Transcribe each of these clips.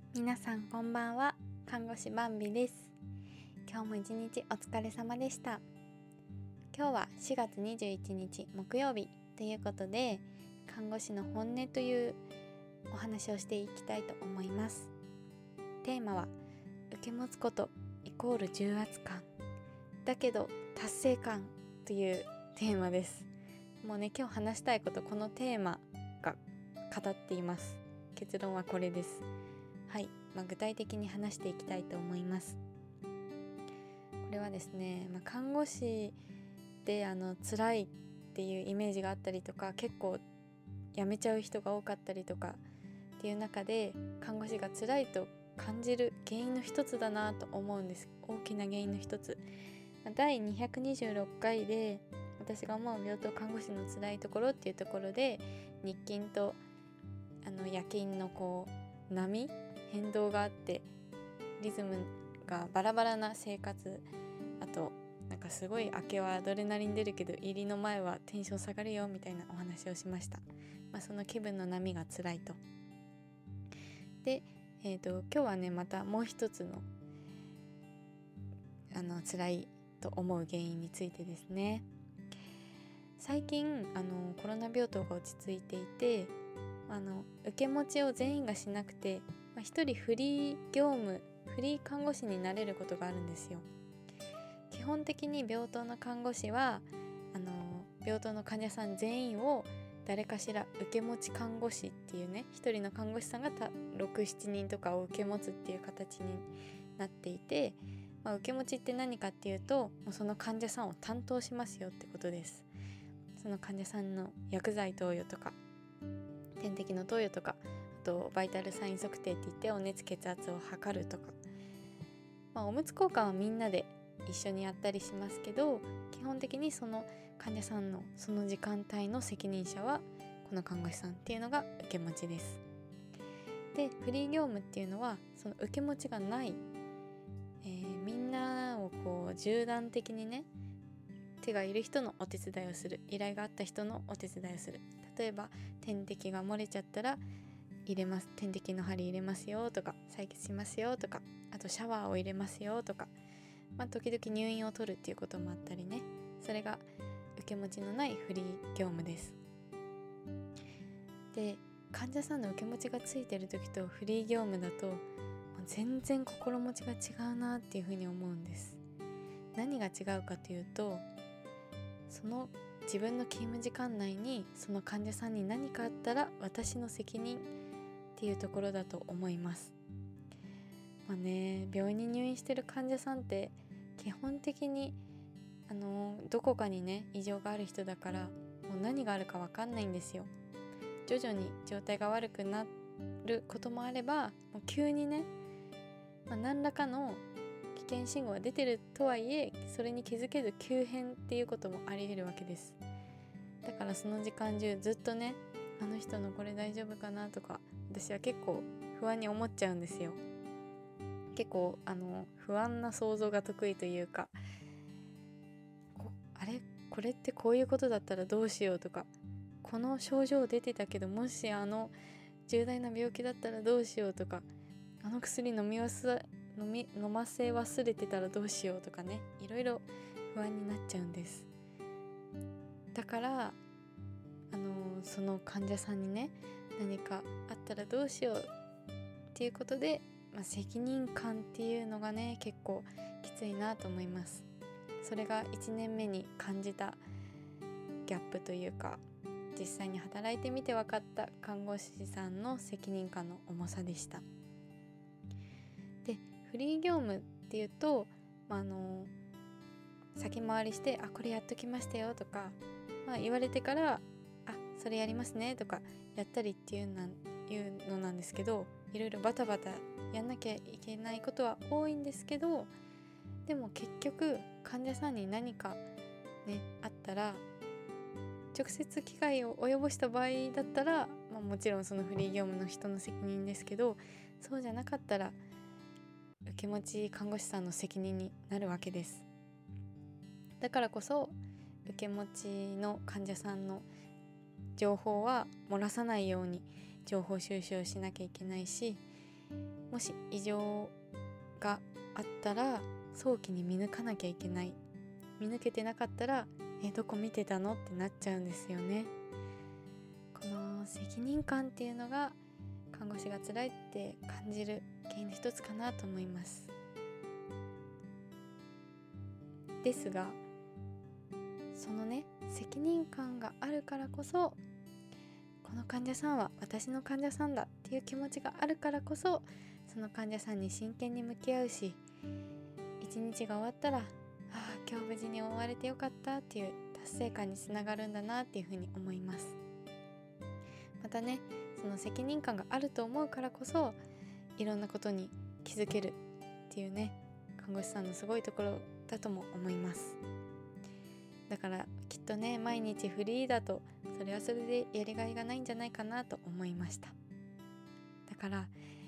皆さんこんばんは。看護師バンビです。今日も一日お疲れ様でした。今日は4月21日木曜日ということで、看護師の本音というお話をしていきたいと思います。テーマは受け持つことイコール重圧感だけど達成感というテーマです。もうね、今日話したいこと、このテーマが語っています。結論はこれです。はい、具体的に話していきたいと思います。これはですね、看護師で辛いっていうイメージがあったりとか、結構辞めちゃう人が多かったりとかっていう中で、看護師が辛いと感じる原因の一つだなと思うんです。大きな原因の一つ。第226回で私が思う病棟看護師の辛いところっていうところで、日勤と夜勤の波変動があって、リズムがバラバラな生活、あとすごい明けはアドレナリン出るけど入りの前はテンション下がるよみたいなお話をしました。その気分の波が辛いと。で、今日はね、またもう一つの辛いと思う原因についてですね。最近コロナ病棟が落ち着いていて、受け持ちを全員がしなくて、一人フリー看護師になれることがあるんですよ。基本的に病棟の看護師は病棟の患者さん全員を誰かしら受け持ち看護師っていうね、一人の看護師さんが6、7人とかを受け持つっていう形になっていて、受け持ちって何かっていうと、もうその患者さんを担当しますよってことです。その患者さんの薬剤投与とか点滴の投与とか、あとバイタルサイン測定って言ってお熱血圧を測るとか、おむつ交換はみんなで一緒にやったりしますけど、基本的にその患者さんのその時間帯の責任者はこの看護師さんっていうのが受け持ちです。で、フリー業務っていうのはその受け持ちがない、みんなを縦断的にね、手がいる人のお手伝いをする、依頼があった人のお手伝いをする。例えば点滴が漏れちゃったら入れます、点滴の針入れますよとか、採血しますよとか、あとシャワーを入れますよとか、時々入院を取るっていうこともあったりね。それが受け持ちのないフリー業務です。で、患者さんの受け持ちがついてる時とフリー業務だと全然心持ちが違うなっていうふうに思うんです。何が違うかというと、その自分の勤務時間内にその患者さんに何かあったら私の責任っていうところだと思います。病院に入院してる患者さんって基本的にどこかにね異常がある人だから、もう何があるか分かんないんですよ。徐々に状態が悪くなることもあれば、もう急にね、何らかの危険信号が出てるとはいえ、それに気づけず急変っていうこともあり得るわけです。だからその時間中ずっとね、あの人のこれ大丈夫かなとか、私は結構不安に思っちゃうんですよ。結構不安な想像が得意というか、あれこれってこういうことだったらどうしようとか、この症状出てたけどもし重大な病気だったらどうしようとか、あの薬飲ませ忘れてたらどうしようとかね、いろいろ不安になっちゃうんです。だからその患者さんにね、何かあったらどうしようっていうことで、責任感っていうのがね、結構きついなと思います。それが1年目に感じたギャップというか、実際に働いてみて分かった看護師さんの責任感の重さでした。で、フリー業務っていうと、先回りしてこれやっときましたよとか、言われてからそれやりますねとかやったりっていうのなんですけど、いろいろバタバタやんなきゃいけないことは多いんですけど、でも結局患者さんに何かねあったら、直接危害を及ぼした場合だったら、もちろんそのフリー業務の人の責任ですけど、そうじゃなかったら受け持ち看護師さんの責任になるわけです。だからこそ受け持ちの患者さんの情報は漏らさないように情報収集をしなきゃいけないし、 もし異常があったら早期に見抜かなきゃいけない。見抜けてなかったらどこ見てたのってなっちゃうんですよね。この責任感っていうのが看護師が辛いって感じる原因の一つかなと思います。ですがそのね責任感があるからこそ、この患者さんは私の患者さんだっていう気持ちがあるからこそ、その患者さんに真剣に向き合うし、一日が終わったら今日無事に終われてよかったっていう達成感につながるんだなっていうふうに思います。またね、その責任感があると思うからこそいろんなことに気づけるっていうね、看護師さんのすごいところだとも思います。だからきっとね、毎日フリーだとそれはそれでやりがいがないんじゃないかなと思いました。だから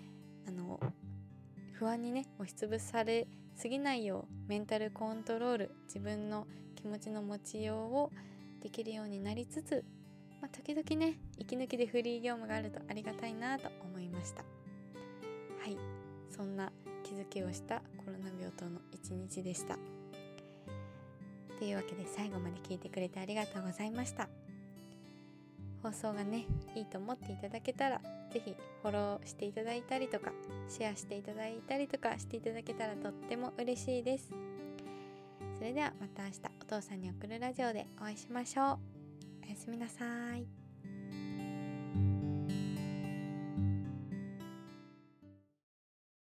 不安にね押しつぶされすぎないよう、メンタルコントロール、自分の気持ちの持ちようをできるようになりつつ、時々ね息抜きでフリー業務があるとありがたいなと思いました。はい、そんな気づきをしたコロナ病棟の一日でした。というわけで最後まで聞いてくれてありがとうございました。放送がねいいと思っていただけたら、ぜひフォローしていただいたりとかシェアしていただいたりとかしていただけたらとっても嬉しいです。それではまた明日、お父さんに送るラジオでお会いしましょう。おやすみなさい。